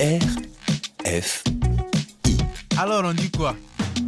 RFI. Alors on dit quoi ?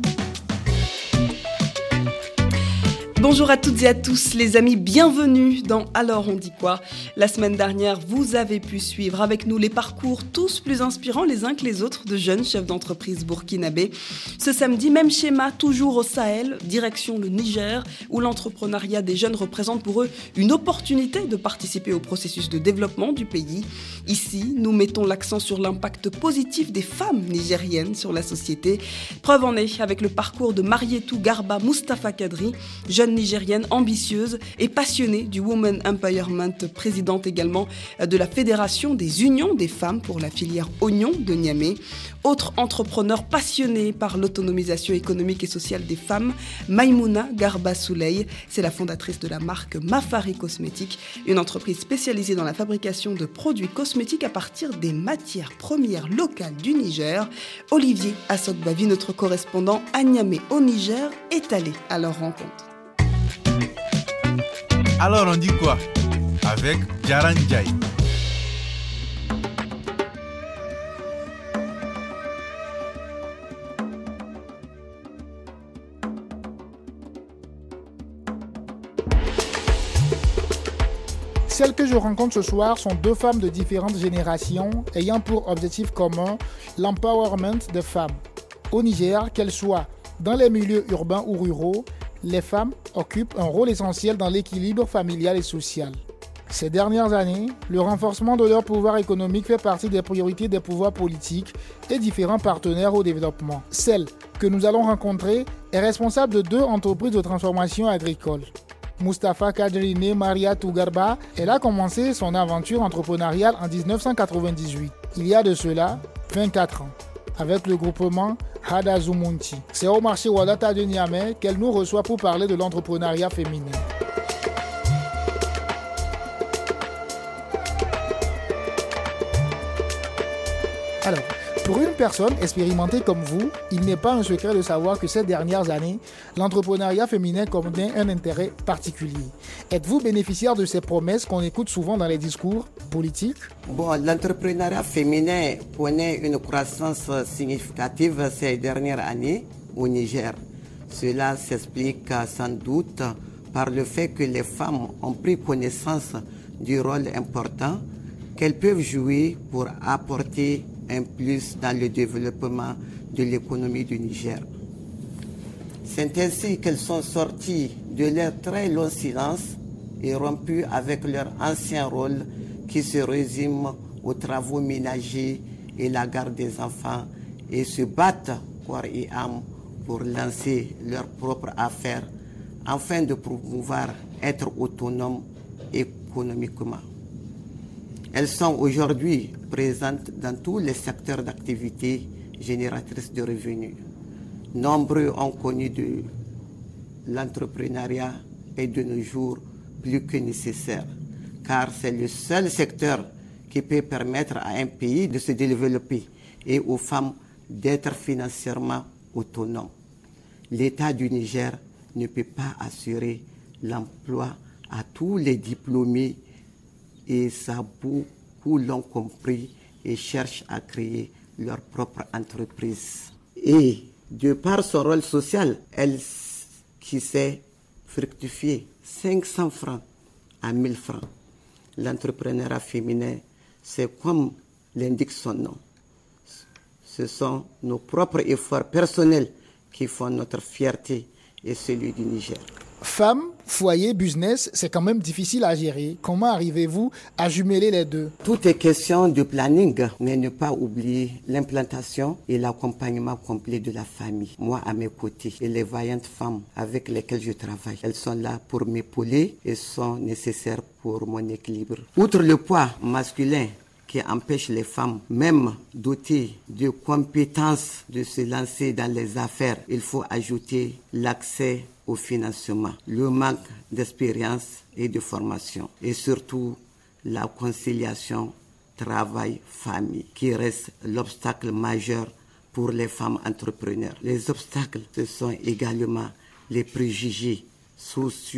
Bonjour à toutes et à tous les amis, bienvenue dans Alors on dit quoi ? La semaine dernière, vous avez pu suivre avec nous les parcours tous plus inspirants les uns que les autres de jeunes chefs d'entreprise burkinabés. Ce samedi, même schéma, toujours au Sahel, direction le Niger, où l'entrepreneuriat des jeunes représente pour eux une opportunité de participer au processus de développement du pays. Ici, nous mettons l'accent sur l'impact positif des femmes nigériennes sur la société. Preuve en est avec le parcours de Marietou Garba Mustafa Kadri, jeune nigérienne ambitieuse et passionnée du Women Empowerment, présidente également de la Fédération des unions des femmes pour la filière oignon de Niamey. Autre entrepreneur passionné par l'autonomisation économique et sociale des femmes, Maïmouna Garba Souley, c'est la fondatrice de la marque Mafari Cosmétiques, une entreprise spécialisée dans la fabrication de produits cosmétiques à partir des matières premières locales du Niger. Olivier Assogbavi, notre correspondant à Niamey au Niger, est allé à leur rencontre. Alors on dit quoi ? Avec Jaran Jai. Celles que je rencontre ce soir sont deux femmes de différentes générations ayant pour objectif commun l'empowerment des femmes. Au Niger, qu'elles soient dans les milieux urbains ou ruraux, les femmes occupent un rôle essentiel dans l'équilibre familial et social. Ces dernières années, le renforcement de leur pouvoir économique fait partie des priorités des pouvoirs politiques et différents partenaires au développement. Celle que nous allons rencontrer est responsable de 2 entreprises de transformation agricole. Mustafa Kadri né Marietou Garba, elle a commencé son aventure entrepreneuriale en 1998, il y a de cela 24 ans, avec le groupement Hada Zumunti. C'est au marché Wadata de Niamey qu'elle nous reçoit pour parler de l'entrepreneuriat féminin. Alors, pour une personne expérimentée comme vous, il n'est pas un secret de savoir que ces dernières années, l'entrepreneuriat féminin connaît un intérêt particulier. Êtes-vous bénéficiaire de ces promesses qu'on écoute souvent dans les discours politiques ? L'entrepreneuriat féminin connaît une croissance significative ces dernières années au Niger. Cela s'explique sans doute par le fait que les femmes ont pris connaissance du rôle important qu'elles peuvent jouer pour apporter un plus dans le développement de l'économie du Niger. C'est ainsi qu'elles sont sorties de leur très long silence et rompues avec leur ancien rôle qui se résume aux travaux ménagers et la garde des enfants et se battent corps et âme pour lancer leurs propres affaires afin de pouvoir être autonomes économiquement. Elles sont aujourd'hui présentes dans tous les secteurs d'activité génératrices de revenus. Nombreux ont connu de l'entrepreneuriat et de nos jours plus que nécessaire, car c'est le seul secteur qui peut permettre à un pays de se développer et aux femmes d'être financièrement autonomes. L'État du Niger ne peut pas assurer l'emploi à tous les diplômés et ça, beaucoup l'ont compris et cherchent à créer leur propre entreprise. Et de par son rôle social, elle qui sait fructifier 500 francs à 1000 francs. L'entrepreneuriat féminin, c'est comme l'indique son nom. Ce sont nos propres efforts personnels qui font notre fierté et celui du Niger. Femme, foyer, business, c'est quand même difficile à gérer. Comment arrivez-vous à jumeler les deux ? Tout est question de planning, mais ne pas oublier l'implantation et l'accompagnement complet de la famille. Moi, à mes côtés, et les vaillantes femmes avec lesquelles je travaille, elles sont là pour m'épauler et sont nécessaires pour mon équilibre. Outre le poids masculin qui empêche les femmes, même dotées de compétences, de se lancer dans les affaires, il faut ajouter l'accès au financement, le manque d'expérience et de formation et surtout la conciliation travail-famille qui reste l'obstacle majeur pour les femmes entrepreneurs. Les obstacles, ce sont également les préjugés sociaux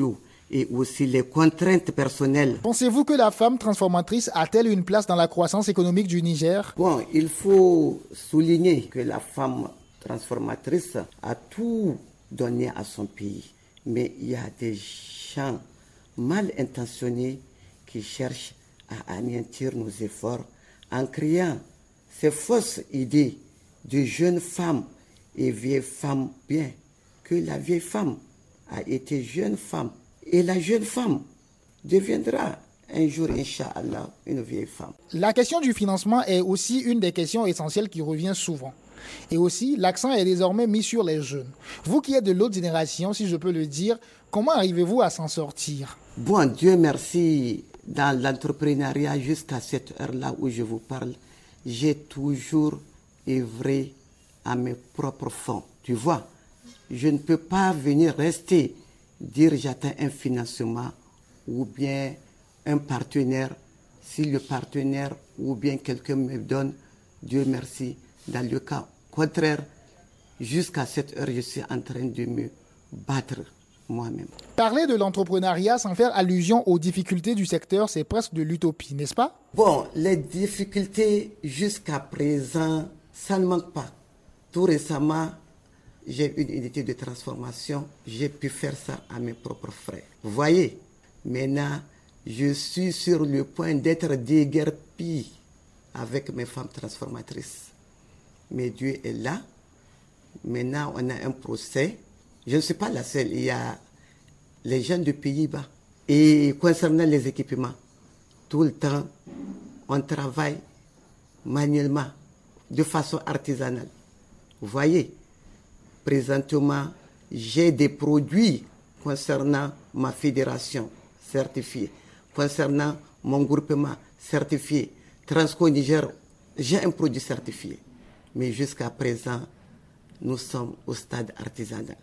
et aussi les contraintes personnelles. Pensez-vous que la femme transformatrice a-t-elle une place dans la croissance économique du Niger? Bon, il faut souligner que la femme transformatrice a tout donné à son pays. Mais il y a des gens mal intentionnés qui cherchent à anéantir nos efforts en créant ces fausses idées de jeunes femmes et vieilles femmes, bien que la vieille femme a été jeune femme et la jeune femme deviendra un jour, Inch'Allah, une vieille femme. La question du financement est aussi une des questions essentielles qui revient souvent. Et aussi, l'accent est désormais mis sur les jeunes. Vous qui êtes de l'autre génération, si je peux le dire, comment arrivez-vous à s'en sortir? Bon, Dieu merci, dans l'entrepreneuriat, jusqu'à cette heure-là où je vous parle, j'ai toujours œuvré à mes propres fonds. Tu vois, je ne peux pas venir rester, dire j'attends un financement ou bien un partenaire. Si le partenaire ou bien quelqu'un me donne, Dieu merci. Dans le cas contraire, jusqu'à cette heure, je suis en train de me battre moi-même. Parler de l'entrepreneuriat sans faire allusion aux difficultés du secteur, c'est presque de l'utopie, n'est-ce pas? Bon, les difficultés jusqu'à présent, ça ne manque pas. Tout récemment, j'ai une unité de transformation, j'ai pu faire ça à mes propres frais. Vous voyez, maintenant, je suis sur le point d'être déguerpi avec mes femmes transformatrices. Mais Dieu est là. Maintenant, on a un procès. Je ne suis pas la seule. Il y a les jeunes de Pays-Bas. Et concernant les équipements, tout le temps, on travaille manuellement, de façon artisanale. Vous voyez, présentement, j'ai des produits concernant ma fédération certifiée, concernant mon groupement certifié, Transco Niger, j'ai un produit certifié. Mais jusqu'à présent, nous sommes au stade artisanal.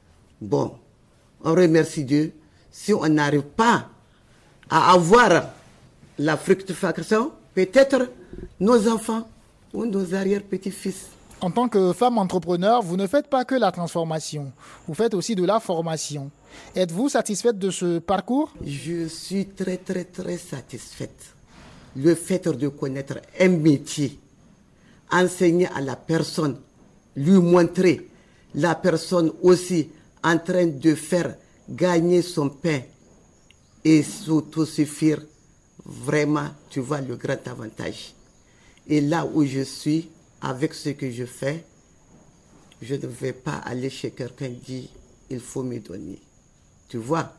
Bon, on remercie Dieu. Si on n'arrive pas à avoir la fructification, peut-être nos enfants ou nos arrière-petits-fils. En tant que femme entrepreneur, vous ne faites pas que la transformation, vous faites aussi de la formation. Êtes-vous satisfaite de ce parcours? Je suis très satisfaite. Le fait de connaître un métier, enseigner à la personne, lui montrer la personne aussi en train de faire gagner son pain et s'autosuffire, vraiment, tu vois le grand avantage. Et là où je suis, avec ce que je fais, je ne vais pas aller chez quelqu'un et dire il faut me donner. Tu vois?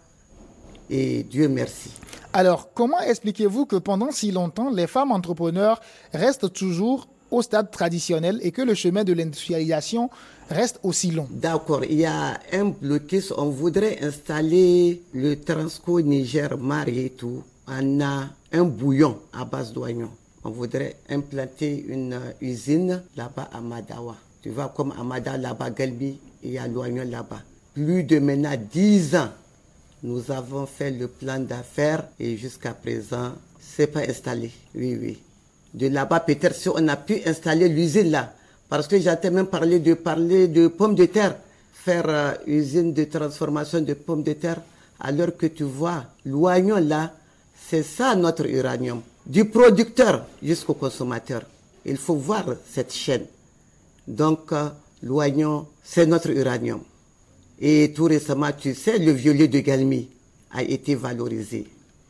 Et Dieu merci. Alors, comment expliquez-vous que pendant si longtemps, les femmes entrepreneurs restent toujours au stade traditionnel et que le chemin de l'industrialisation reste aussi long? D'accord, il y a un blocus. On voudrait installer le Transco Niger Mari et tout. On a un bouillon à base d'oignons. On voudrait implanter une usine là-bas à Madawa. Tu vois, comme à Madawa, là-bas, Galbi, il y a l'oignon là-bas. Plus de maintenant 10 ans, nous avons fait le plan d'affaires et jusqu'à présent, ce n'est pas installé. Oui. De là-bas, peut-être si on a pu installer l'usine là, parce que j'entends même parler de pommes de terre, faire usine de transformation de pommes de terre, alors que tu vois, l'oignon là, c'est ça notre uranium. Du producteur jusqu'au consommateur. Il faut voir cette chaîne. Donc, l'oignon, c'est notre uranium. Et tout récemment, tu sais, le violet de Galmi a été valorisé.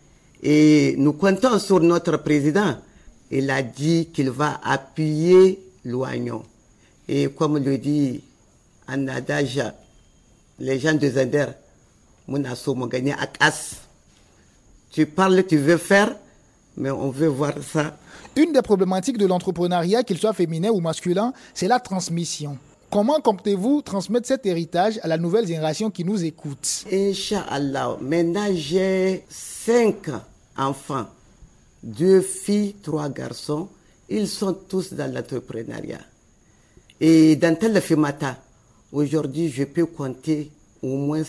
Et nous comptons sur notre président. Il a dit qu'il va appuyer l'oignon. Et comme le dit en adage, les gens de Zender, mon asso m'ont gagné à casse. Tu parles, tu veux faire, mais on veut voir ça. Une des problématiques de l'entrepreneuriat, qu'il soit féminin ou masculin, c'est la transmission. Comment comptez-vous transmettre cet héritage à la nouvelle génération qui nous écoute? Inch'Allah, maintenant j'ai 5 enfants, 2 filles, 3 garçons. Ils sont tous dans l'entrepreneuriat. Et dans tel Femata, aujourd'hui, je peux compter au moins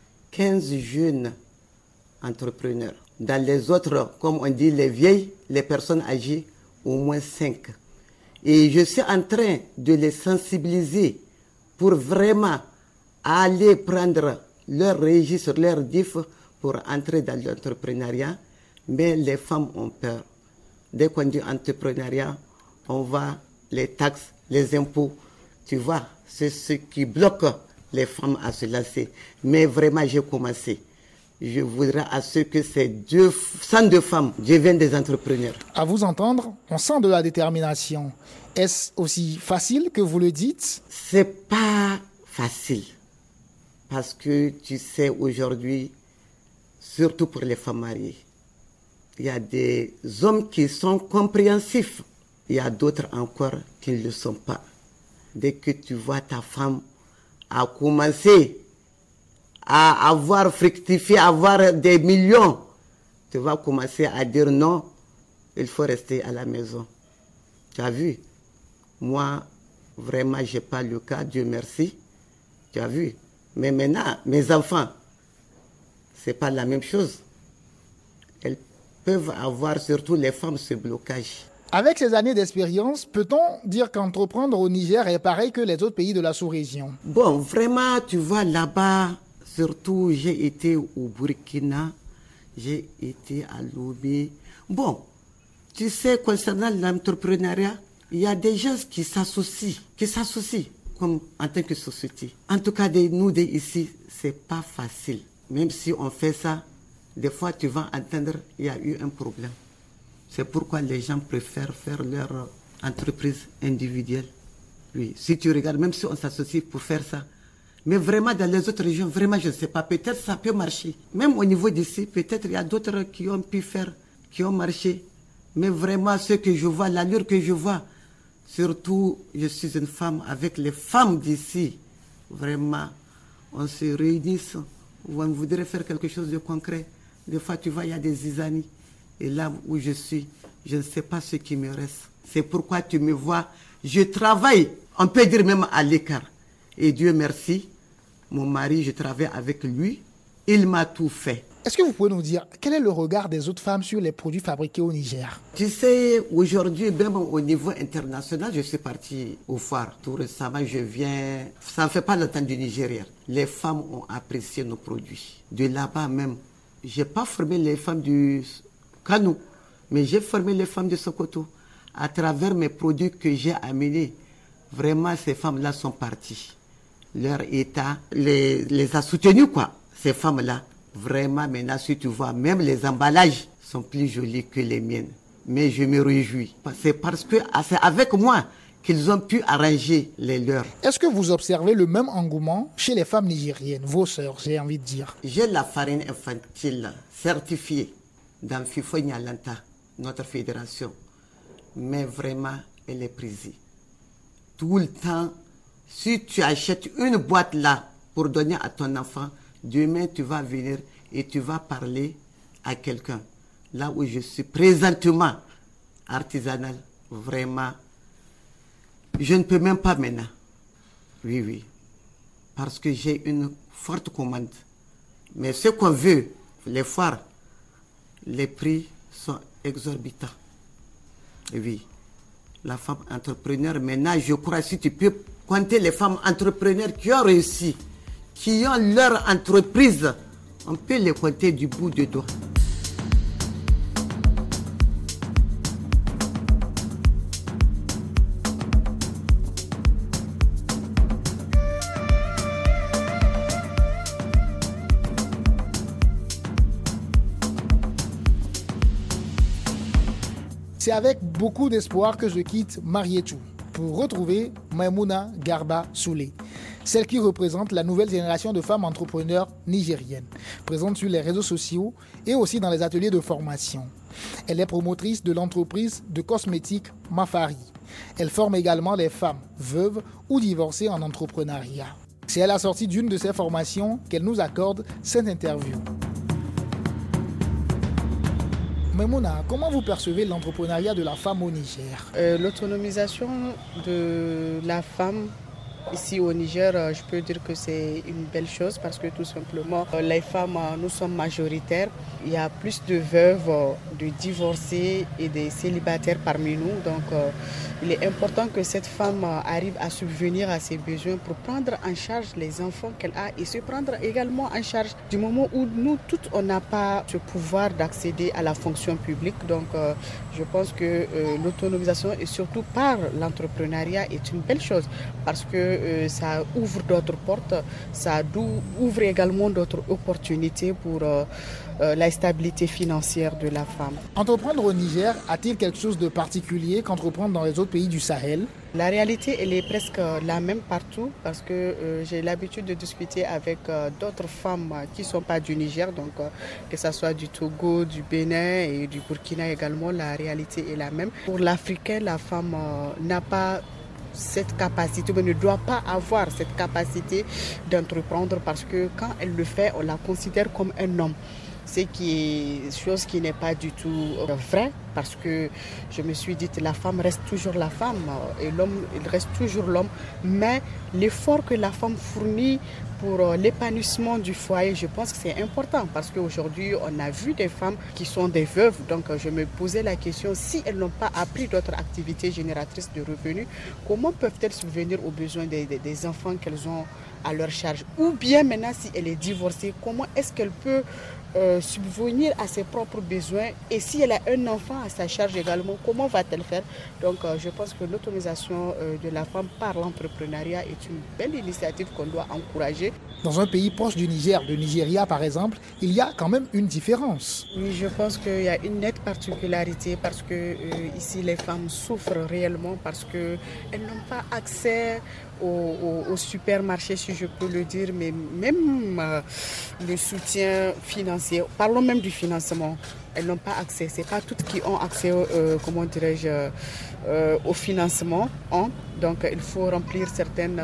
15 jeunes entrepreneurs. Dans les autres, comme on dit, les vieilles, les personnes âgées, au moins 5. Et je suis en train de les sensibiliser pour vraiment aller prendre leur registre, leur DIF, pour entrer dans l'entrepreneuriat, mais les femmes ont peur. Dès qu'on dit entrepreneuriat, on voit les taxes, les impôts. Tu vois, c'est ce qui bloque les femmes à se lancer. Mais vraiment, j'ai commencé. Je voudrais à ce que ces 102 femmes deviennent des entrepreneurs. À vous entendre, on sent de la détermination. Est-ce aussi facile que vous le dites? C'est pas facile. Parce que tu sais, aujourd'hui, surtout pour les femmes mariées, il y a des hommes qui sont compréhensifs. Il y a d'autres encore qui ne le sont pas. Dès que tu vois ta femme a commencé à avoir fructifié, à avoir des millions, tu vas commencer à dire non, il faut rester à la maison. Tu as vu? Moi, vraiment, je n'ai pas le cas, Dieu merci. Tu as vu? Mais maintenant, mes enfants, ce n'est pas la même chose. Elles peuvent avoir, surtout les femmes, ce blocage. Avec ces années d'expérience, peut-on dire qu'entreprendre au Niger est pareil que les autres pays de la sous-région? Bon, vraiment, tu vois, là-bas, surtout, j'ai été au Burkina, j'ai été à Lomé. Bon, tu sais, concernant l'entrepreneuriat, il y a des gens qui s'associent, comme en tant que société. En tout cas, nous, ici, c'est pas facile. Même si on fait ça, des fois, tu vas entendre, il y a eu un problème. C'est pourquoi les gens préfèrent faire leur entreprise individuelle. Oui, si tu regardes, même si on s'associe pour faire ça, mais vraiment dans les autres régions, vraiment je ne sais pas, peut-être ça peut marcher. Même au niveau d'ici, peut-être il y a d'autres qui ont pu faire, qui ont marché. Mais vraiment ce que je vois, l'allure que je vois, surtout je suis une femme avec les femmes d'ici, vraiment, on se réunit, on voudrait faire quelque chose de concret. Des fois tu vois, il y a des zizanies. Et là où je suis, je ne sais pas ce qui me reste. C'est pourquoi tu me vois, je travaille, on peut dire même à l'écart. Et Dieu merci, mon mari, je travaille avec lui, il m'a tout fait. Est-ce que vous pouvez nous dire quel est le regard des autres femmes sur les produits fabriqués au Niger? Tu sais, aujourd'hui, même au niveau international, je suis partie au foire. Tout récemment, je viens, ça ne fait pas longtemps du Nigeria. Les femmes ont apprécié nos produits. De là-bas même, je n'ai pas formé les femmes du Kano, mais j'ai formé les femmes de Sokoto. À travers mes produits que j'ai amenés, vraiment, ces femmes-là sont parties. Leur État les a soutenues, quoi, ces femmes-là. Vraiment, maintenant, si tu vois, même les emballages sont plus jolis que les miennes. Mais je me réjouis. C'est parce que c'est avec moi qu'ils ont pu arranger les leurs. Est-ce que vous observez le même engouement chez les femmes nigériennes, vos sœurs, j'ai envie de dire? J'ai la farine infantile certifiée dans FIFO Nyalanta, notre fédération. Mais vraiment, elle est prisée. Tout le temps, si tu achètes une boîte là pour donner à ton enfant, demain tu vas venir et tu vas parler à quelqu'un. Là où je suis présentement artisanal, vraiment, je ne peux même pas maintenant. Oui. Parce que j'ai une forte commande. Mais ce qu'on veut, les foires, les prix sont exorbitants. Oui. La femme entrepreneur, maintenant, je crois, si tu peux compter les femmes entrepreneurs qui ont réussi, qui ont leur entreprise, on peut les compter du bout de doigt. C'est avec beaucoup d'espoir que je quitte Marietou pour retrouver Maimouna Garba Soulé, celle qui représente la nouvelle génération de femmes entrepreneurs nigériennes, présente sur les réseaux sociaux et aussi dans les ateliers de formation. Elle est promotrice de l'entreprise de cosmétiques Mafari. Elle forme également les femmes veuves ou divorcées en entrepreneuriat. C'est à la sortie d'une de ces formations qu'elle nous accorde cette interview. Maimouna, comment vous percevez l'entrepreneuriat de la femme au Niger? L'autonomisation de la femme Ici au Niger, je peux dire que c'est une belle chose parce que tout simplement, les femmes, nous sommes majoritaires. Il y a plus de veuves, de divorcées et des célibataires parmi nous. Donc, il est important que cette femme arrive à subvenir à ses besoins pour prendre en charge les enfants qu'elle a et se prendre également en charge du moment où nous toutes, on n'a pas ce pouvoir d'accéder à la fonction publique. Donc, je pense que l'autonomisation et surtout par l'entrepreneuriat est une belle chose parce que ça ouvre d'autres portes, ça ouvre également d'autres opportunités pour la stabilité financière de la femme. Entreprendre au Niger a-t-il quelque chose de particulier qu'entreprendre dans les autres pays du Sahel? La réalité, elle est presque la même partout parce que j'ai l'habitude de discuter avec d'autres femmes qui ne sont pas du Niger, donc que ce soit du Togo, du Bénin et du Burkina également, la réalité est la même. Pour l'Africain, la femme n'a pas cette capacité, mais ne doit pas avoir cette capacité d'entreprendre parce que quand elle le fait, on la considère comme un homme. C'est chose qui n'est pas du tout vrai parce que je me suis dit la femme reste toujours la femme et l'homme il reste toujours l'homme, mais l'effort que la femme fournit pour l'épanouissement du foyer, je pense que c'est important parce qu'aujourd'hui on a vu des femmes qui sont des veuves, donc je me posais la question si elles n'ont pas appris d'autres activités génératrices de revenus, comment peuvent-elles subvenir aux besoins des enfants qu'elles ont à leur charge, ou bien maintenant si elle est divorcée, comment est-ce qu'elle peut subvenir à ses propres besoins et si elle a un enfant à sa charge également, comment va-t-elle faire? Donc je pense que l'autonomisation de la femme par l'entrepreneuriat est une belle initiative qu'on doit encourager. Dans un pays proche du Niger, le Nigeria par exemple, il y a quand même une différence. Oui, je pense qu'il y a une nette particularité parce que ici les femmes souffrent réellement parce qu'elles n'ont pas accès au supermarché, si je peux le dire, mais même le soutien financier. Parlons même du financement. Elles n'ont pas accès. Ce n'est pas toutes qui ont accès, au financement. Donc, il faut remplir certaines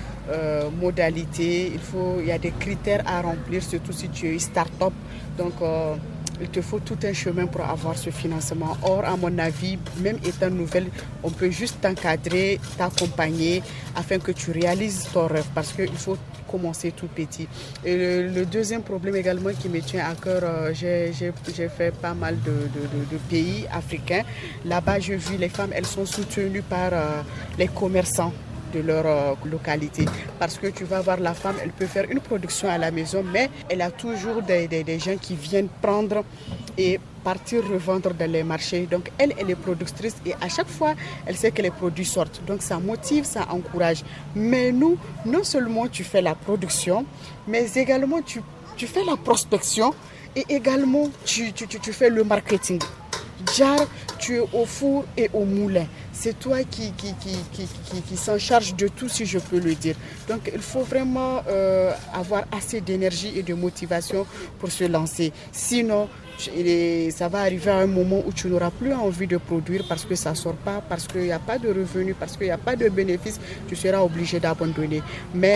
modalités. Il y a des critères à remplir, surtout si tu es start-up. Donc, il te faut tout un chemin pour avoir ce financement. Or, à mon avis, même étant nouvelle, on peut juste t'encadrer, t'accompagner afin que tu réalises ton rêve parce qu'il faut commencer tout petit. Et le deuxième problème également qui me tient à cœur, j'ai fait pas mal de pays africains. Là-bas, je vis les femmes, elles sont soutenues par les commerçants de leur localité. Parce que tu vas voir la femme, elle peut faire une production à la maison, mais elle a toujours des gens qui viennent prendre et partir revendre dans les marchés. Donc elle est productrice et à chaque fois, elle sait que les produits sortent. Donc ça motive, ça encourage. Mais nous, non seulement tu fais la production, mais également tu fais la prospection et également tu fais le marketing. Genre, tu es au four et au moulin. C'est toi qui s'en charge de tout, si je peux le dire. Donc, il faut vraiment avoir assez d'énergie et de motivation pour se lancer. Sinon, ça va arriver à un moment où tu n'auras plus envie de produire parce que ça ne sort pas, parce qu'il n'y a pas de revenus, parce qu'il n'y a pas de bénéfices. Tu seras obligé d'abandonner. Mais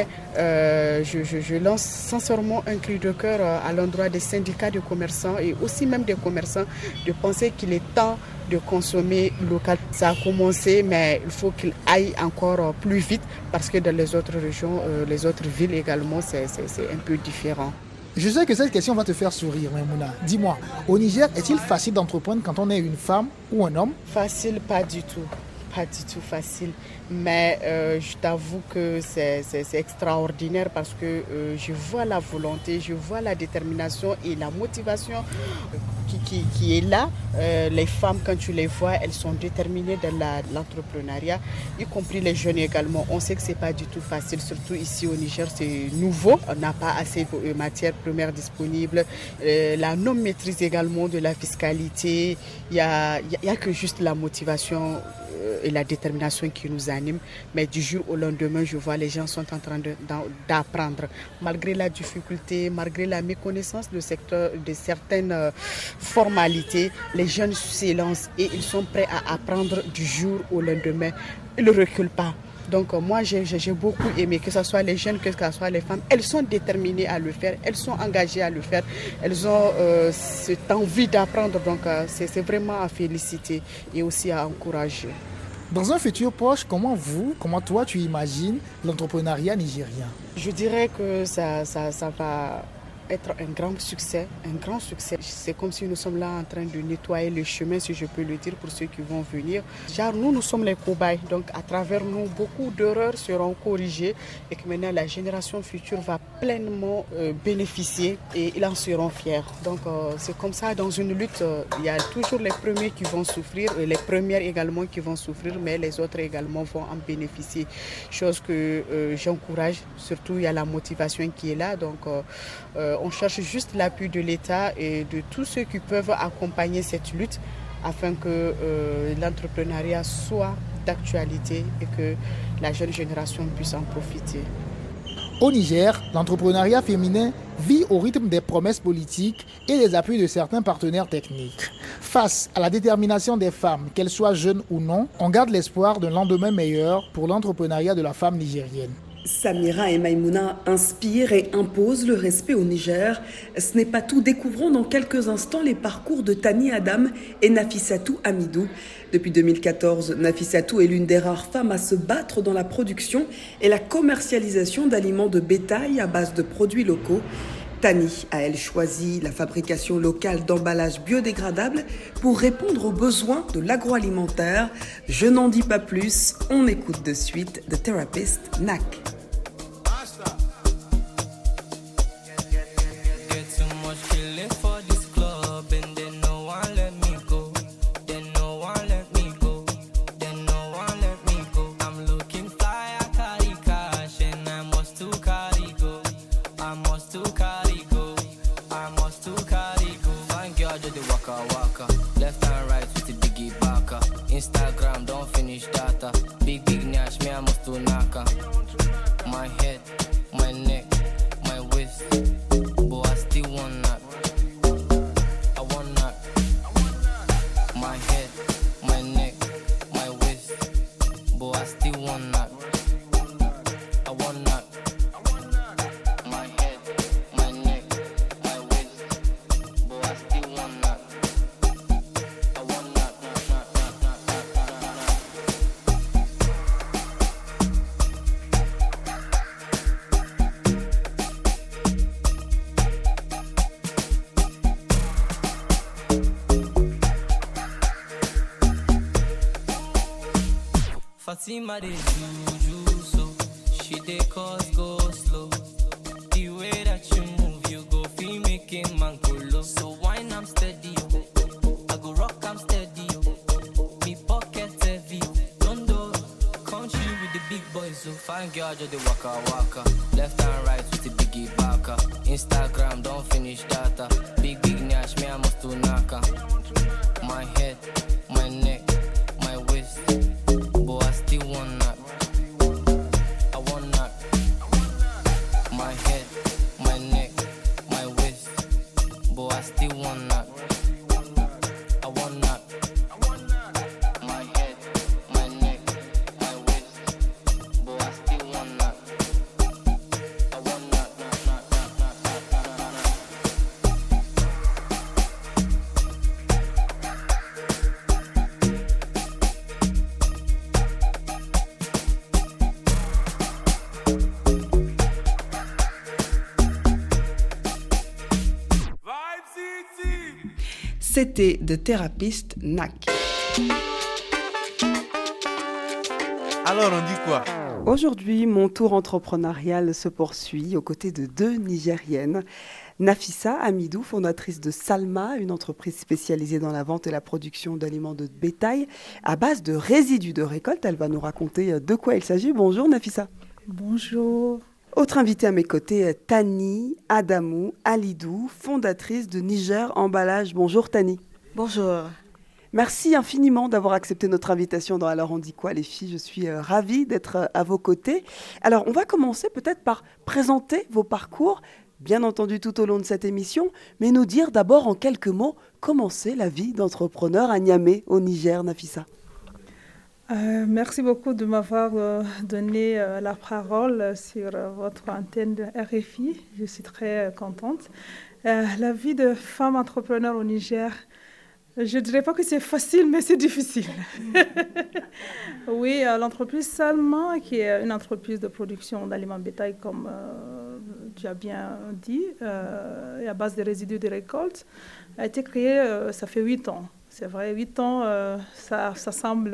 je lance sincèrement un cri de cœur à l'endroit des syndicats de commerçants et aussi même des commerçants de penser qu'il est temps de consommer local. Ça a commencé, mais il faut qu'il aille encore plus vite parce que dans les autres régions, les autres villes également, c'est un peu différent. Je sais que cette question va te faire sourire, Maimouna. Dis-moi, au Niger, est-il facile d'entreprendre quand on est une femme ou un homme? Facile, pas du tout. Pas du tout facile. Mais je t'avoue que c'est extraordinaire parce que je vois la volonté, je vois la détermination et la motivation qui est là. Les femmes, quand tu les vois, elles sont déterminées dans l'entrepreneuriat, y compris les jeunes également. On sait que ce n'est pas du tout facile, surtout ici au Niger, c'est nouveau. On n'a pas assez de matières premières disponibles. La non-maîtrise également de la fiscalité. Il y a que juste la motivation et la détermination qui nous anime. Mais du jour au lendemain, je vois les gens sont en train d'apprendre. Malgré la difficulté, malgré la méconnaissance de certaines formalités, les jeunes s'élancent et ils sont prêts à apprendre du jour au lendemain. Ils ne reculent pas. Donc moi, j'ai beaucoup aimé, que ce soit les jeunes, que ce soit les femmes. Elles sont déterminées à le faire, elles sont engagées à le faire. Elles ont cette envie d'apprendre. Donc c'est vraiment à féliciter et aussi à encourager. Dans un futur proche, comment toi tu imagines l'entrepreneuriat nigérien? Je dirais que ça va être un grand succès, un grand succès. C'est comme si nous sommes là en train de nettoyer le chemin, si je peux le dire, pour ceux qui vont venir. Genre, nous sommes les cobayes, donc à travers nous, beaucoup d'erreurs seront corrigées et que maintenant la génération future va pleinement bénéficier et ils en seront fiers. Donc c'est comme ça, dans une lutte, il y a toujours les premiers qui vont souffrir, et les premières également qui vont souffrir, mais les autres également vont en bénéficier. Chose que j'encourage, surtout il y a la motivation qui est là, donc on cherche juste l'appui de l'État et de tous ceux qui peuvent accompagner cette lutte afin que l'entrepreneuriat soit d'actualité et que la jeune génération puisse en profiter. Au Niger, l'entrepreneuriat féminin vit au rythme des promesses politiques et des appuis de certains partenaires techniques. Face à la détermination des femmes, qu'elles soient jeunes ou non, on garde l'espoir d'un lendemain meilleur pour l'entrepreneuriat de la femme nigérienne. Samira et Maïmouna inspirent et imposent le respect au Niger. Ce n'est pas tout. Découvrons dans quelques instants les parcours de Tani Adam et Nafissatou Amidou. Depuis 2014, Nafissatou est l'une des rares femmes à se battre dans la production et la commercialisation d'aliments de bétail à base de produits locaux. Tani a, elle, choisi la fabrication locale d'emballages biodégradables pour répondre aux besoins de l'agroalimentaire. Je n'en dis pas plus, on écoute de suite The Therapist NAC. Instagram don't finish data. Big Nash, me I must do naka. My head, my neck, my waist. But I still want that. I want that. My head, my neck, my waist. But I still want that. I want that. My head, my neck, my waist. But I still want that. I want that. Fatima dey juju so, she dey cause go slow. The way that you move, you go feel making man go low. So wine I'm steady, oh. I go rock I'm steady, oh. Me pocket heavy, don't do country with the big boys, so fine girl just the waka. Left and right with the biggie baka. Instagram don't finish data. Big Nash, me I must do naka. My head, my neck, my waist. But I still want that. I want that. My head, my neck, my waist. But I still want that. I want that. My head, my neck, my waist. But I still want that. I want that. C'était The Therapist NAC. Alors on dit quoi? Aujourd'hui, mon tour entrepreneurial se poursuit aux côtés de deux Nigériennes. Nafissa Amidou, fondatrice de Salma, une entreprise spécialisée dans la vente et la production d'aliments de bétail à base de résidus de récolte. Elle va nous raconter de quoi il s'agit. Bonjour Nafissa. Bonjour. Autre invitée à mes côtés, Tani Adamou Alidou, fondatrice de Niger Emballage. Bonjour Tani. Bonjour. Merci infiniment d'avoir accepté notre invitation dans Alors on dit quoi les filles. Je suis ravie d'être à vos côtés. Alors on va commencer peut-être par présenter vos parcours, bien entendu tout au long de cette émission, mais nous dire d'abord en quelques mots comment c'est la vie d'entrepreneur à Niamey au Niger, Nafissa. Merci beaucoup de m'avoir donné la parole sur votre antenne de RFI. Je suis très contente. La vie de femme entrepreneur au Niger, Je ne dirais pas que c'est facile, mais c'est difficile. Oui, l'entreprise Salma, qui est une entreprise de production d'aliments bétail, comme tu as bien dit, et à base des résidus de récolte, a été créée, ça fait 8 ans. C'est vrai, 8 ans, ça semble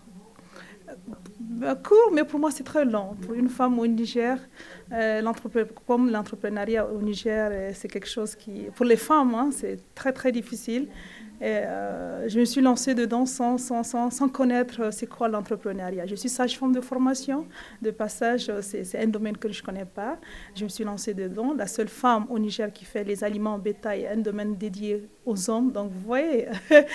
court, mais pour moi, c'est très long. Pour une femme au Niger, comme l'entrepreneuriat au Niger, c'est quelque chose qui, pour les femmes, hein, c'est très, très difficile. Et je me suis lancée dedans sans connaître c'est quoi l'entrepreneuriat. Je suis sage-femme de formation, de passage, c'est un domaine que je ne connais pas. Je me suis lancée dedans. La seule femme au Niger qui fait les aliments bétail, un domaine dédié aux hommes. Donc vous voyez.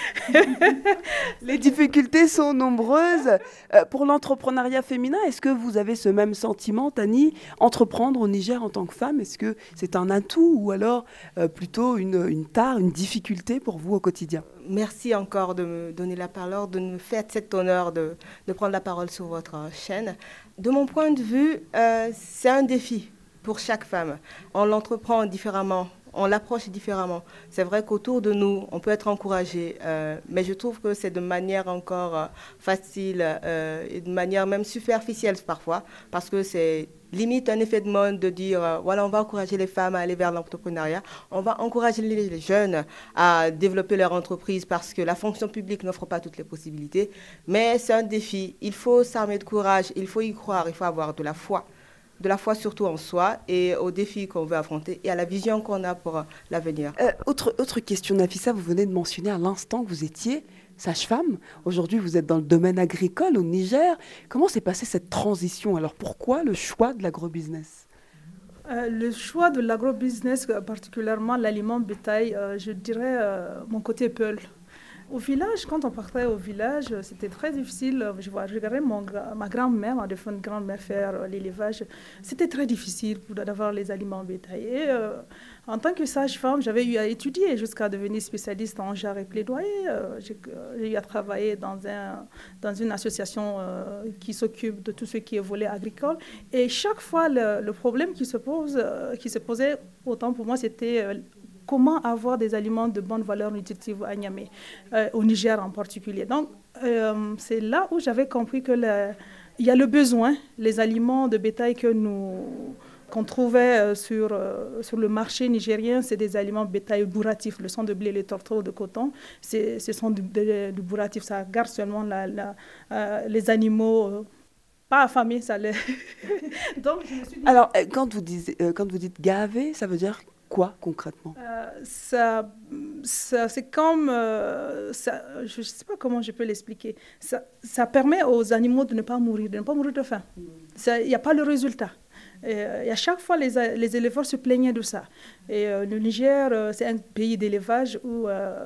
Les difficultés sont nombreuses. Pour l'entrepreneuriat féminin, est-ce que vous avez ce même sentiment, Tani? Entreprendre au Niger en tant que femme, est-ce que c'est un atout ou alors plutôt une tare, une difficulté pour vous au quotidien? Merci encore de me donner la parole, de me faire cet honneur de prendre la parole sur votre chaîne. De mon point de vue, c'est un défi pour chaque femme. On l'entreprend différemment, on l'approche différemment. C'est vrai qu'autour de nous, on peut être encouragé, mais je trouve que c'est de manière encore facile et de manière même superficielle parfois, parce que c'est limite un effet de mode de dire, voilà, on va encourager les femmes à aller vers l'entrepreneuriat, on va encourager les jeunes à développer leur entreprise parce que la fonction publique n'offre pas toutes les possibilités. Mais c'est un défi, il faut s'armer de courage, il faut y croire, il faut avoir de la foi surtout en soi et aux défis qu'on veut affronter et à la vision qu'on a pour l'avenir. Autre question, Nafissa, vous venez de mentionner à l'instant que vous étiez sage-femme. Aujourd'hui, vous êtes dans le domaine agricole au Niger. Comment s'est passée cette transition? Alors, pourquoi le choix de l'agrobusiness? Le choix de l'agrobusiness, particulièrement l'aliment bétail, je dirais mon côté Peul. Au village, quand on partait au village, c'était très difficile. Je regardais ma grand-mère, ma défunte grand-mère faire l'élevage. C'était très difficile d'avoir les aliments bétail. Et en tant que sage-femme, j'avais eu à étudier jusqu'à devenir spécialiste en jarre et plaidoyer. J'ai eu à travailler dans une association qui s'occupe de tout ce qui est volet agricole. Et chaque fois, le problème qui se posait, autant pour moi, c'était comment avoir des aliments de bonne valeur nutritive à Niamey, au Niger en particulier. Donc, c'est là où j'avais compris qu'il y a le besoin, les aliments de bétail qu'on trouvait sur le marché nigérien, c'est des aliments bétail bourratifs, le sang de blé, les tourteaux de coton, ce sont du bourratif, ça garde seulement les animaux pas affamés. Donc, je me suis dit... Alors, quand vous dites gaver, ça veut dire quoi concrètement? C'est comme, je ne sais pas comment je peux l'expliquer. Ça permet aux animaux de ne pas mourir de faim. Il n'y a pas le résultat. Et à chaque fois, les éleveurs se plaignaient de ça. Et le Niger, c'est un pays d'élevage où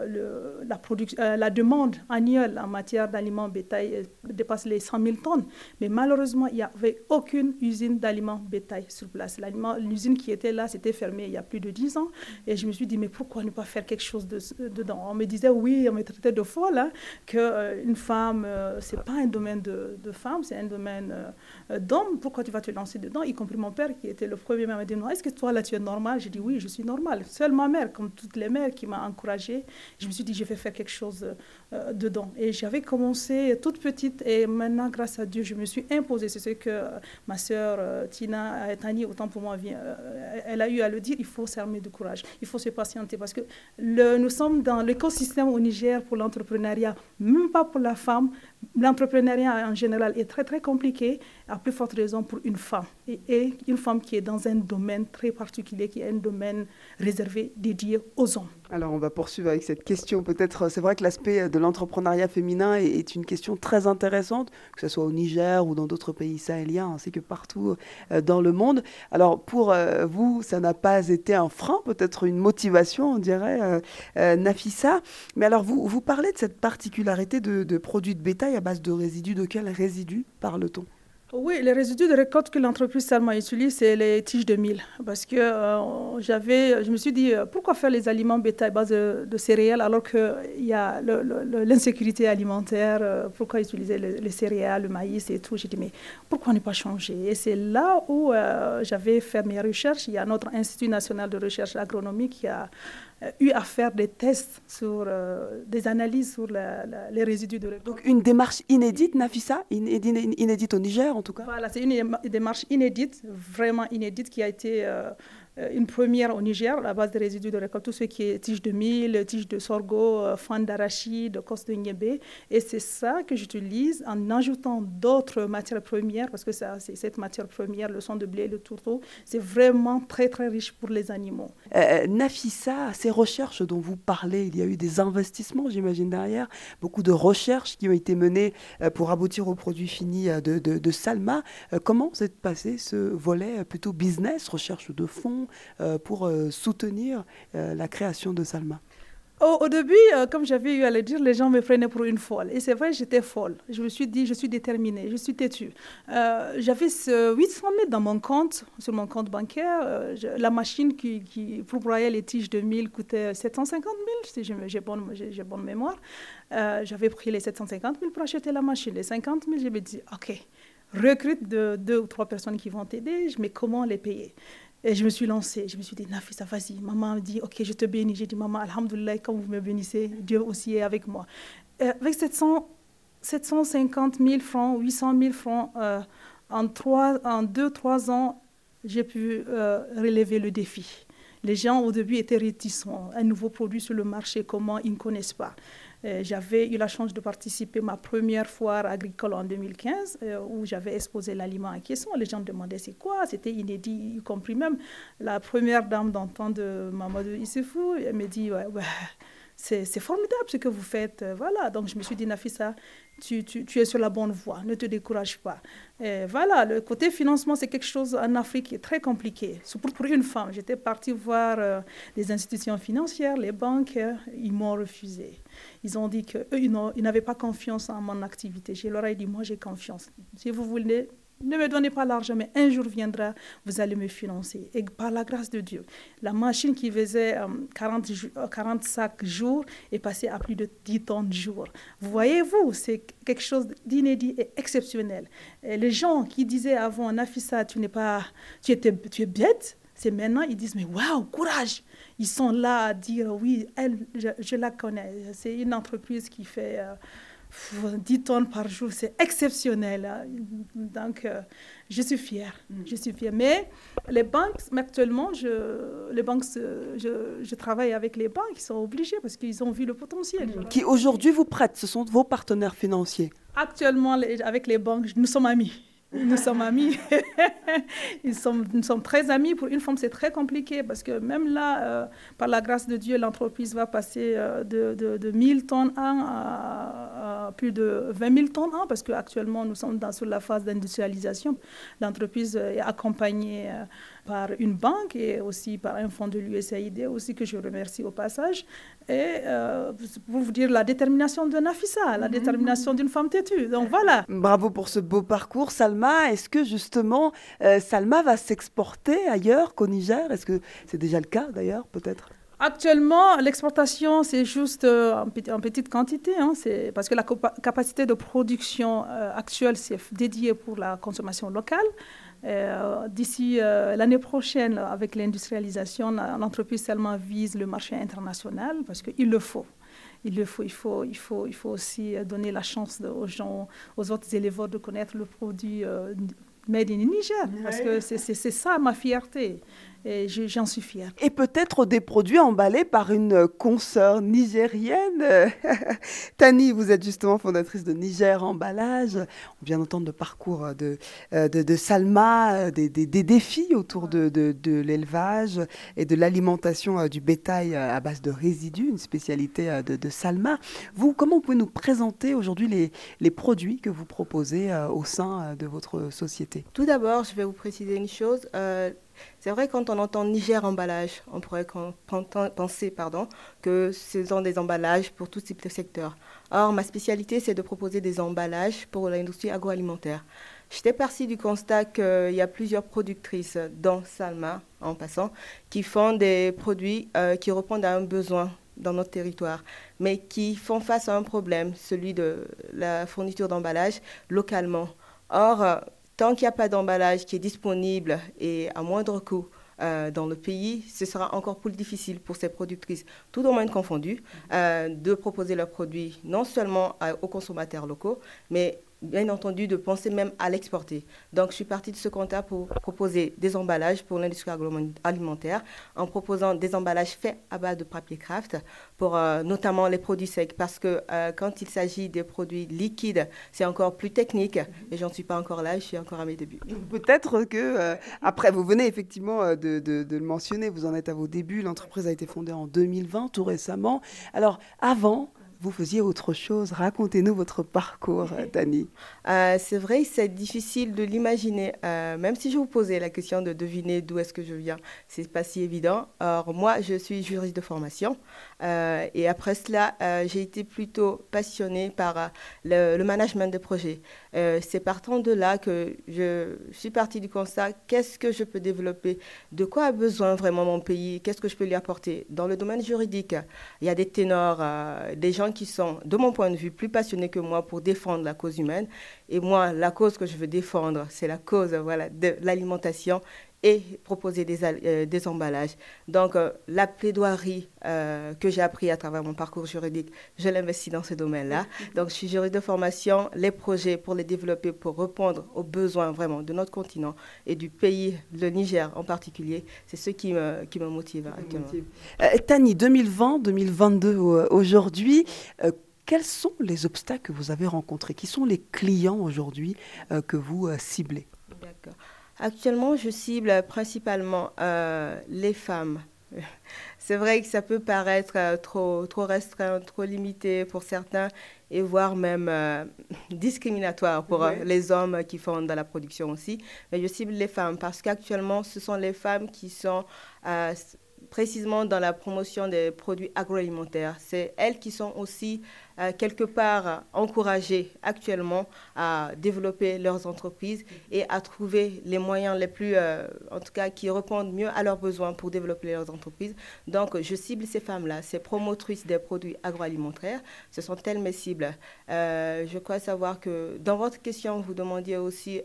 la demande annuelle en matière d'aliments bétail dépasse les 100 000 tonnes. Mais malheureusement, il n'y avait aucune usine d'aliments bétail sur place. L'usine qui était là, c'était fermée il y a plus de 10 ans. Et je me suis dit, mais pourquoi ne pas faire quelque chose dedans? On me disait, oui, on me traitait de folle, hein, qu'une femme, ce n'est pas un domaine de femme, c'est un domaine d'homme. Pourquoi tu vas te lancer dedans? Y compris mon père, qui était le premier m'a dit, non, est-ce que toi, là, tu es normal? J'ai dit, oui, je suis normale. Seule ma mère, comme toutes les mères, qui m'a encouragée. Je me suis dit, je vais faire quelque chose dedans. Et j'avais commencé toute petite et maintenant, grâce à Dieu, je me suis imposée. C'est ce que ma sœur Tina Tani, autant pour moi, elle a eu à le dire, il faut s'armer de courage, il faut se patienter parce que nous sommes dans l'écosystème au Niger pour l'entrepreneuriat, même pas pour la femme. L'entrepreneuriat en général est très très compliqué, à plus forte raison pour une femme. Et une femme qui est dans un domaine très particulier, qui est un domaine réservé, dédié aux hommes. Alors on va poursuivre avec cette question. Peut-être, c'est vrai que l'aspect de l'entrepreneuriat féminin est une question très intéressante, que ce soit au Niger ou dans d'autres pays sahéliens, ainsi que partout dans le monde. Alors pour vous, ça n'a pas été un frein, peut-être une motivation, on dirait, Nafissa. Mais alors vous parlez de cette particularité de produits de bétail à base de résidus. De quels résidus parle-t-on? Oui, les résidus de récolte que l'entreprise Salma utilise, c'est les tiges de mil. Parce que je me suis dit, pourquoi faire les aliments bétail à base de céréales alors qu'il y a l'insécurité alimentaire, pourquoi utiliser les céréales, le maïs et tout. J'ai dit, mais pourquoi ne pas changer? Et c'est là où j'avais fait mes recherches. Il y a notre Institut national de recherche agronomique qui a eu à faire des tests sur des analyses sur les résidus de récolte. Donc une démarche inédite, Nafissa, inédite au Niger en tout cas. Voilà, c'est une démarche inédite, vraiment inédite, qui a été une première au Niger, à la base des résidus de récolte, tout ce qui est tiges de mil, tiges de sorgho, fans d'arachide, cosses de niébé. Et c'est ça que j'utilise en ajoutant d'autres matières premières, parce que c'est cette matière première, le son de blé, le tourteau, c'est vraiment très très riche pour les animaux. Nafissa, ces recherches dont vous parlez, il y a eu des investissements, j'imagine, derrière, beaucoup de recherches qui ont été menées pour aboutir au produit fini de Salma. Comment s'est passé ce volet plutôt business, recherche de fonds, pour soutenir la création de Salma? Au début, comme j'avais eu à le dire, les gens me prenaient pour une folle. Et c'est vrai, j'étais folle. Je me suis dit, je suis déterminée, je suis têtue. J'avais 800 000 dans mon compte, sur mon compte bancaire. La machine pour broyer les tiges de mil coûtait 750 000, si j'ai bonne mémoire. J'avais pris les 750 000 pour acheter la machine. Les 50 000, je me dis, OK, recrute 2 ou 3 personnes qui vont t'aider, mais comment les payer? Et je me suis lancée, je me suis dit, Nafissa, vas-y. Maman me dit, OK, je te bénis. J'ai dit, maman, alhamdoulilah, quand vous me bénissez, Dieu aussi est avec moi. Avec 750 000 francs, 800 000 francs, en 2-3 ans, j'ai pu relever le défi. Les gens, au début, étaient réticents. Un nouveau produit sur le marché, comment ils ne connaissent pas. J'avais eu la chance de participer à ma première foire agricole en 2015 où j'avais exposé l'aliment en question. Les gens me demandaient c'est quoi, c'était inédit, y compris même la première dame d'antan de Mamadou Issoufou. Elle me dit ouais, c'est formidable ce que vous faites. Voilà, donc je me suis dit Nafissa, tu es sur la bonne voie, ne te décourage pas. Et voilà, le côté financement, c'est quelque chose en Afrique qui est très compliqué, surtout pour une femme. J'étais partie voir les institutions financières, les banques, ils m'ont refusé. Ils ont dit qu'eux, ils n'avaient pas confiance en mon activité. Je leur ai dit, moi j'ai confiance. Si vous voulez, ne me donnez pas l'argent, mais un jour viendra, vous allez me financer. Et par la grâce de Dieu, la machine qui faisait 40 sacs jour est passée à plus de 10 tonnes jour. Vous voyez-vous, c'est quelque chose d'inédit et exceptionnel. Et les gens qui disaient avant, Nafissa, tu es bête, c'est maintenant, ils disent, mais waouh, courage. Ils sont là à dire, oui, je la connais. C'est une entreprise qui fait 10 tonnes par jour, c'est exceptionnel. Donc, je suis fière. Je suis fière. Mais les banques, actuellement, je travaille avec les banques, ils sont obligés parce qu'ils ont vu le potentiel. Qui aujourd'hui vous prêtent, ce sont vos partenaires financiers? Actuellement, avec les banques, nous sommes amis. Nous sommes amis. Nous sommes très amis. Pour une femme, c'est très compliqué parce que même là, par la grâce de Dieu, l'entreprise va passer de 1000 tonnes à plus de 20 000 tonnes parce qu'actuellement, nous sommes sur la phase d'industrialisation. L'entreprise est accompagnée par une banque et aussi par un fonds de l'USAID aussi que je remercie au passage. Et pour vous dire la détermination de Nafissa, la détermination d'une femme têtue. Donc voilà. Bravo pour ce beau parcours, Salma. Est-ce que justement, Salma va s'exporter ailleurs qu'au Niger? Est-ce que c'est déjà le cas d'ailleurs, peut-être? Actuellement, l'exportation, c'est juste en petite quantité. C'est parce que la capacité de production actuelle, c'est dédiée pour la consommation locale. D'ici l'année prochaine, avec l'industrialisation, l'entreprise seulement vise le marché international parce qu'il le faut. Il faut aussi donner la chance aux gens, aux autres éleveurs de connaître le produit made in Niger. Parce que c'est ça ma fierté. Et j'en suis fière. Et peut-être des produits emballés par une consoeur nigérienne. Tani, vous êtes justement fondatrice de Niger Emballage. On vient d'entendre le parcours de Salma, des défis autour de l'élevage et de l'alimentation du bétail à base de résidus, une spécialité de Salma. Vous, comment vous pouvez nous présenter aujourd'hui les produits que vous proposez au sein de votre société? Tout d'abord, je vais vous préciser une chose. C'est vrai, quand on entend Niger Emballage, on pourrait penser que ce sont des emballages pour tout type de secteur. Or, ma spécialité, c'est de proposer des emballages pour l'industrie agroalimentaire. J'étais partie du constat qu'il y a plusieurs productrices, dont Salma, en passant, qui font des produits qui répondent à un besoin dans notre territoire, mais qui font face à un problème, celui de la fourniture d'emballage localement. Or, tant qu'il n'y a pas d'emballage qui est disponible et à moindre coût dans le pays, ce sera encore plus difficile pour ces productrices, tout domaine confondu, de proposer leurs produits non seulement aux consommateurs locaux, mais bien entendu de penser même à l'exporter. Donc je suis partie de ce constat pour proposer des emballages pour l'industrie agroalimentaire en proposant des emballages faits à base de papier craft pour notamment les produits secs parce que quand il s'agit des produits liquides, c'est encore plus technique et j'en suis pas encore là, je suis encore à mes débuts. Peut-être que, après, vous venez effectivement de le mentionner, vous en êtes à vos débuts, l'entreprise a été fondée en 2020, tout récemment. Alors, avant, vous faisiez autre chose. Racontez-nous votre parcours, Tani. C'est vrai, c'est difficile de l'imaginer. Même si je vous posais la question de deviner d'où est-ce que je viens, c'est pas si évident. Alors moi, je suis juriste de formation. Et après cela, j'ai été plutôt passionnée par le management de projets. C'est partant de là que je suis partie du constat, qu'est-ce que je peux développer? De quoi a besoin vraiment mon pays? Qu'est-ce que je peux lui apporter? Dans le domaine juridique, il y a des ténors, des gens qui sont, de mon point de vue, plus passionnés que moi pour défendre la cause humaine. Et moi, la cause que je veux défendre, c'est la cause de l'alimentation et proposer des emballages. Donc, la plaidoirie que j'ai appris à travers mon parcours juridique, je l'investis dans ce domaine-là. Donc, je suis juriste de formation. Les projets pour les développer, pour répondre aux besoins vraiment de notre continent et du pays, le Niger en particulier, c'est ce qui me motive actuellement. Tani, 2020-2022 aujourd'hui, quels sont les obstacles que vous avez rencontrés? Qui sont les clients aujourd'hui que vous ciblez? D'accord. Actuellement, je cible principalement les femmes. C'est vrai que ça peut paraître trop restreint, trop limité pour certains et voire même discriminatoire pour les hommes qui font dans la production aussi. Mais je cible les femmes parce qu'actuellement, ce sont les femmes qui sont précisément dans la promotion des produits agroalimentaires. C'est elles qui sont aussi quelque part encouragées actuellement à développer leurs entreprises et à trouver les moyens les plus, en tout cas, qui répondent mieux à leurs besoins pour développer leurs entreprises. Donc, je cible ces femmes-là, ces promotrices des produits agroalimentaires. Ce sont elles mes cibles. Je crois savoir que dans votre question, vous demandiez aussi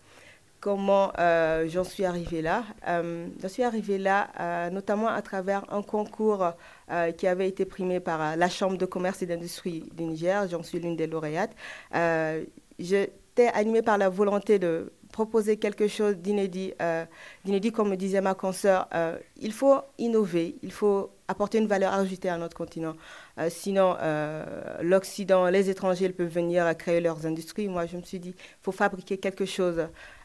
comment j'en suis arrivée là. J'en suis arrivée là notamment à travers un concours qui avait été primé par la Chambre de commerce et d'industrie du Niger. J'en suis l'une des lauréates. J'étais animée par la volonté de proposer quelque chose d'inédit, comme me disait ma consoeur. Il faut innover, il faut apporter une valeur ajoutée à notre continent. Sinon, l'Occident, les étrangers, ils peuvent venir créer leurs industries. Moi, je me suis dit, il faut fabriquer quelque chose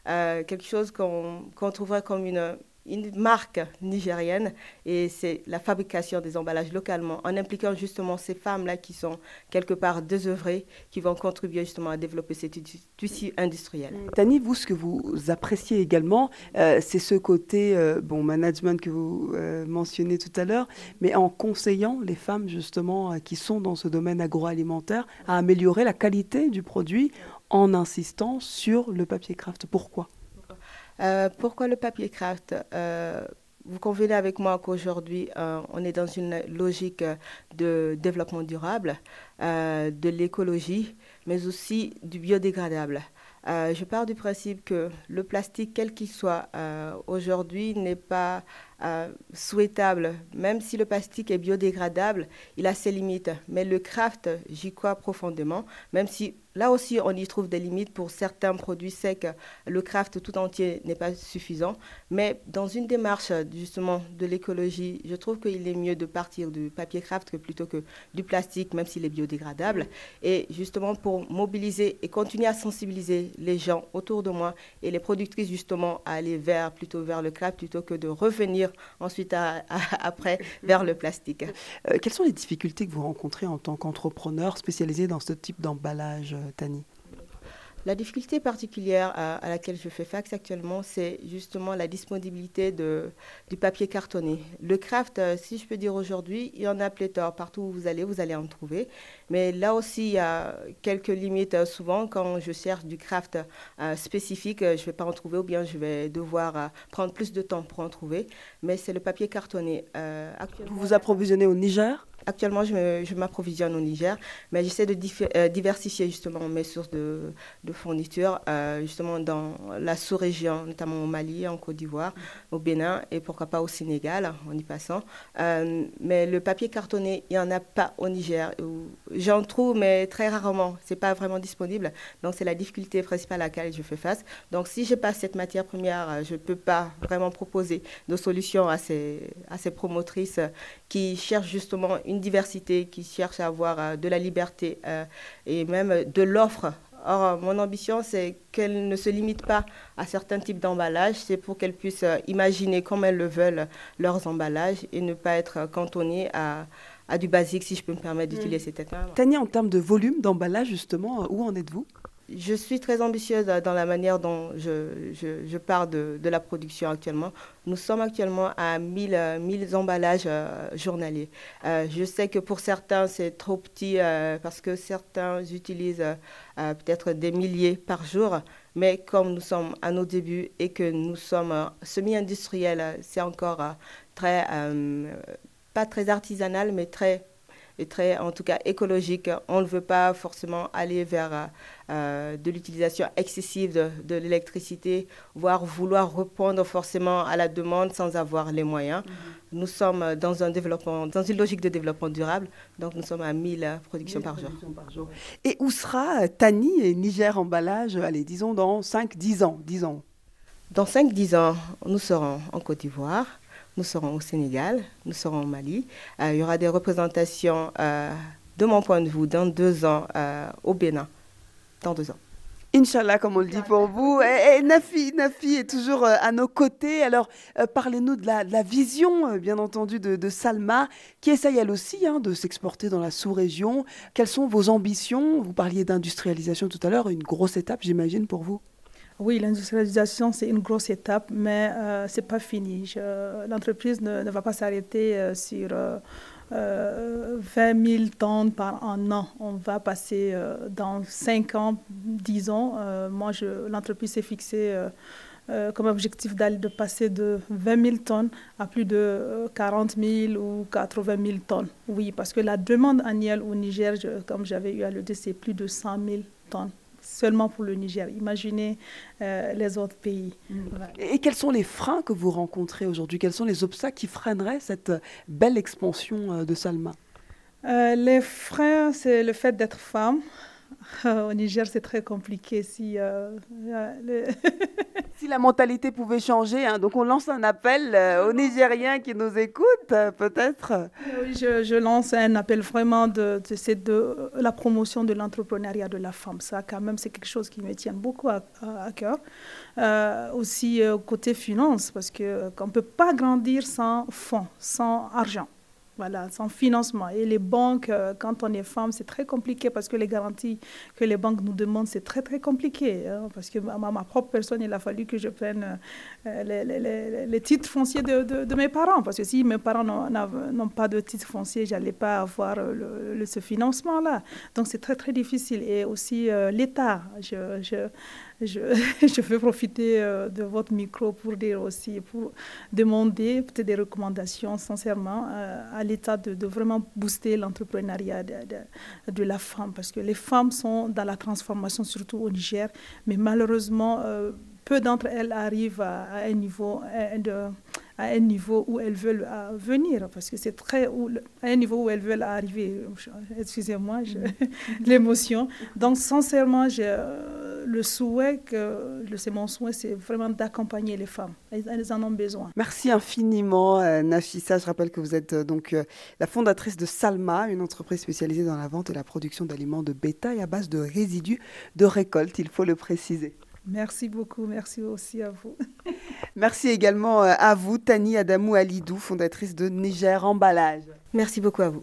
qu'on trouverait comme une marque nigérienne, et c'est la fabrication des emballages localement, en impliquant justement ces femmes-là qui sont quelque part désœuvrées, qui vont contribuer justement à développer ces tissus industriels. Tani, vous, ce que vous appréciez également, c'est ce côté management que vous mentionnez tout à l'heure, mais en conseillant les femmes justement qui sont dans ce domaine agroalimentaire à améliorer la qualité du produit en insistant sur le papier craft. Pourquoi ? Pourquoi le papier craft? Vous convenez avec moi qu'aujourd'hui, on est dans une logique de développement durable, de l'écologie, mais aussi du biodégradable. Je pars du principe que le plastique, quel qu'il soit, aujourd'hui n'est pas souhaitable. Même si le plastique est biodégradable, il a ses limites. Mais le craft, j'y crois profondément, même si là aussi on y trouve des limites pour certains produits secs. Le craft tout entier n'est pas suffisant. Mais dans une démarche justement de l'écologie, je trouve qu'il est mieux de partir du papier craft plutôt que du plastique, même s'il est biodégradable. Et justement pour mobiliser et continuer à sensibiliser les gens autour de moi et les productrices justement à aller plutôt vers le craft plutôt que de revenir ensuite après vers le plastique. Quelles sont les difficultés que vous rencontrez en tant qu'entrepreneur spécialisé dans ce type d'emballage, Tani ? La difficulté particulière à laquelle je fais face actuellement, c'est justement la disponibilité du papier cartonné. Le craft, si je peux dire aujourd'hui, il y en a pléthore. Partout où vous allez en trouver. Mais là aussi, il y a quelques limites. Souvent, quand je cherche du craft spécifique, je ne vais pas en trouver ou bien je vais devoir prendre plus de temps pour en trouver. Mais c'est le papier cartonné. Vous vous approvisionnez au Niger ? Actuellement, je m'approvisionne au Niger, mais j'essaie de diversifier justement mes sources de fourniture, justement dans la sous-région, notamment au Mali, en Côte d'Ivoire, au Bénin et pourquoi pas au Sénégal, en y passant. Mais le papier cartonné, il n'y en a pas au Niger. J'en trouve, mais très rarement. Ce n'est pas vraiment disponible. Donc, c'est la difficulté principale à laquelle je fais face. Donc, si je passe cette matière première, je ne peux pas vraiment proposer de solutions à ces promotrices qui cherchent justement une diversité, qui cherchent à avoir de la liberté et même de l'offre. Or, mon ambition, c'est qu'elles ne se limitent pas à certains types d'emballages. C'est pour qu'elles puissent imaginer comme elles le veulent leurs emballages et ne pas être cantonnées à du basique, si je peux me permettre d'utiliser ces termes. Tania, en termes de volume d'emballage, justement, où en êtes-vous ? Je suis très ambitieuse dans la manière dont je pars de la production actuellement. Nous sommes actuellement à 1000 emballages journaliers. Je sais que pour certains, c'est trop petit parce que certains utilisent peut-être des milliers par jour. Mais comme nous sommes à nos débuts et que nous sommes semi-industriels, c'est encore pas très artisanal, mais très, en tout cas écologique. On ne veut pas forcément aller vers de l'utilisation excessive de l'électricité, voire vouloir répondre forcément à la demande sans avoir les moyens. Nous sommes dans une logique de développement durable, donc nous sommes à 1000 productions par jour. Et où sera Tani et Niger Emballage, allez, disons dans 5-10 ans, disons. Dans 5-10 ans, nous serons en Côte d'Ivoire. Nous serons au Sénégal, nous serons au Mali. Il y aura des représentations, de mon point de vue, dans 2 ans au Bénin. Dans 2 ans. Inch'Allah, comme on le dit pour vous. Et Nafi est toujours à nos côtés. Alors, parlez-nous de la vision, bien entendu, de Salma, qui essaye elle aussi de s'exporter dans la sous-région. Quelles sont vos ambitions ? Vous parliez d'industrialisation tout à l'heure, une grosse étape, j'imagine, pour vous. Oui, l'industrialisation, c'est une grosse étape, mais ce n'est pas fini. L'entreprise ne va pas s'arrêter sur 20 000 tonnes par an. On va passer dans 5 ans, 10 ans. L'entreprise s'est fixée comme objectif de passer de 20 000 tonnes à plus de 40 000 ou 80 000 tonnes. Oui, parce que la demande annuelle au Niger, comme j'avais eu à le dire, c'est plus de 100 000 tonnes. Seulement pour le Niger. Imaginez les autres pays. Et quels sont les freins que vous rencontrez aujourd'hui ? Quels sont les obstacles qui freineraient cette belle expansion de Salma ? Les freins, c'est le fait d'être femme. Au Niger, c'est très compliqué. Si la mentalité pouvait changer, donc on lance un appel aux Nigériens qui nous écoutent, peut-être. Oui, je lance un appel vraiment c'est de la promotion de l'entrepreneuriat de la femme. Ça, quand même, c'est quelque chose qui me tient beaucoup à cœur. Aussi, côté finance, parce qu'on ne peut pas grandir sans fonds, sans argent. Voilà, sans financement. Et les banques, quand on est femme, c'est très compliqué parce que les garanties que les banques nous demandent, c'est très, très compliqué. Parce que ma propre personne, il a fallu que je prenne les titres fonciers de mes parents. Parce que si mes parents n'ont pas de titres fonciers, je n'allais pas avoir ce financement-là. Donc, c'est très, très difficile. Et aussi, l'État, je veux profiter de votre micro pour dire aussi, pour demander peut-être des recommandations, sincèrement, à l'État de vraiment booster l'entrepreneuriat de la femme. Parce que les femmes sont dans la transformation, surtout au Niger, mais malheureusement, peu d'entre elles arrivent à un niveau où elles veulent venir, parce que c'est à un niveau où elles veulent arriver. Excusez-moi, l'émotion. Donc, sincèrement, mon souhait, c'est vraiment d'accompagner les femmes. Elles en ont besoin. Merci infiniment, Nafissa. Je rappelle que vous êtes donc la fondatrice de Salma, une entreprise spécialisée dans la vente et la production d'aliments de bétail à base de résidus de récolte, il faut le préciser. Merci beaucoup, merci aussi à vous. Merci également à vous, Tani Adamou Alidou, fondatrice de Niger Emballage. Merci beaucoup à vous.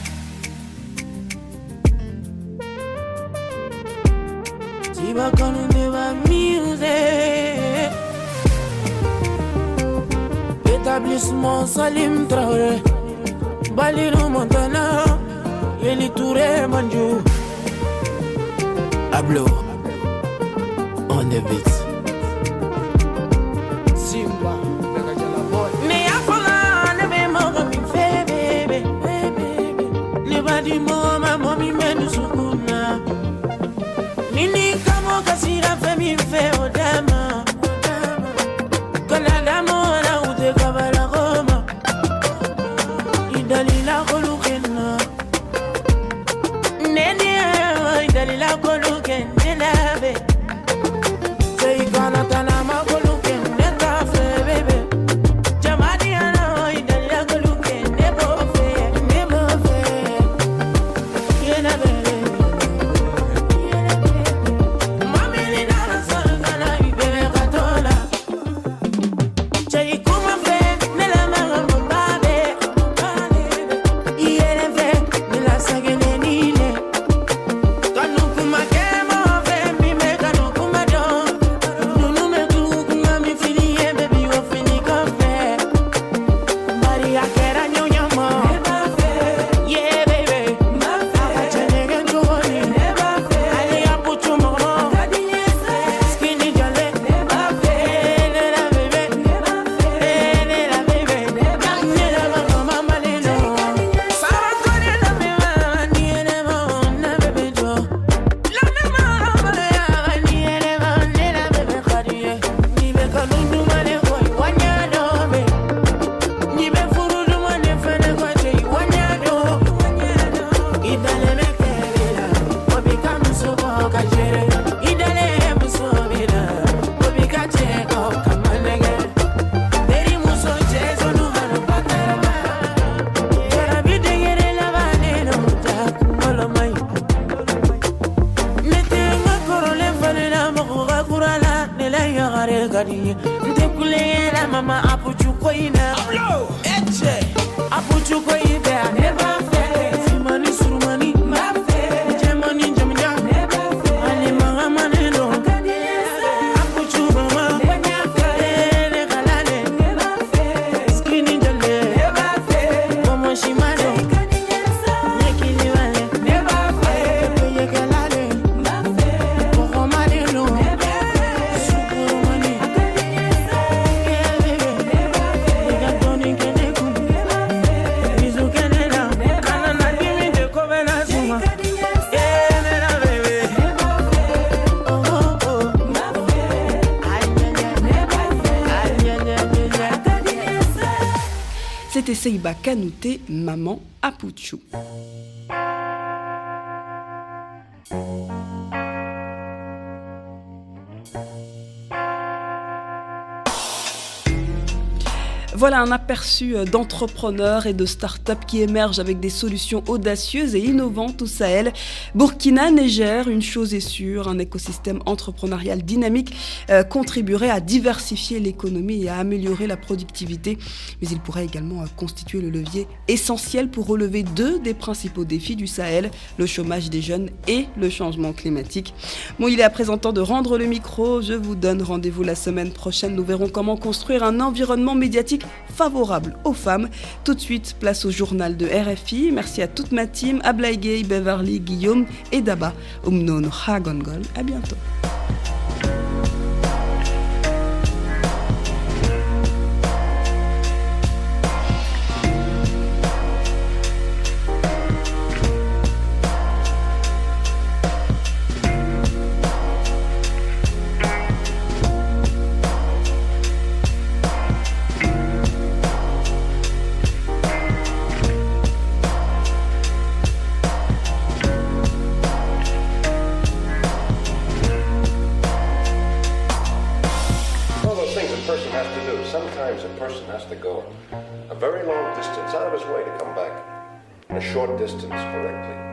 Établissement Salim Traoré, Balino Montana, Yeli Touré Manjou, Ablo. On the beat. Simba, me afola, ne me moga mi fe, baby. kadi ndekule la mama apuchu koina eche apuchu koibe never fail simani surumani ma fail jemani jamja never fail ani mama maneno apuchu mama wanya fail ne kalale never fail skinny jale never fail momo shimano nekini wale never fail peye kalale ma fail momo maneno C'était Seiba Kanouté, Maman Apuchou. Voilà un aperçu d'entrepreneurs et de start-up qui émergent avec des solutions audacieuses et innovantes au Sahel. Burkina, Niger, une chose est sûre, un écosystème entrepreneurial dynamique contribuerait à diversifier l'économie et à améliorer la productivité. Mais il pourrait également constituer le levier essentiel pour relever deux des principaux défis du Sahel, le chômage des jeunes et le changement climatique. Bon, il est à présent temps de rendre le micro. Je vous donne rendez-vous la semaine prochaine. Nous verrons comment construire un environnement médiatique favorable aux femmes. Tout de suite, place au journal de RFI. Merci à toute ma team, Ablaïgay, Beverly, Guillaume et Daba. Umnon Hagongol. À bientôt. Sometimes a person has to go a very long distance out of his way to come back in a short distance correctly.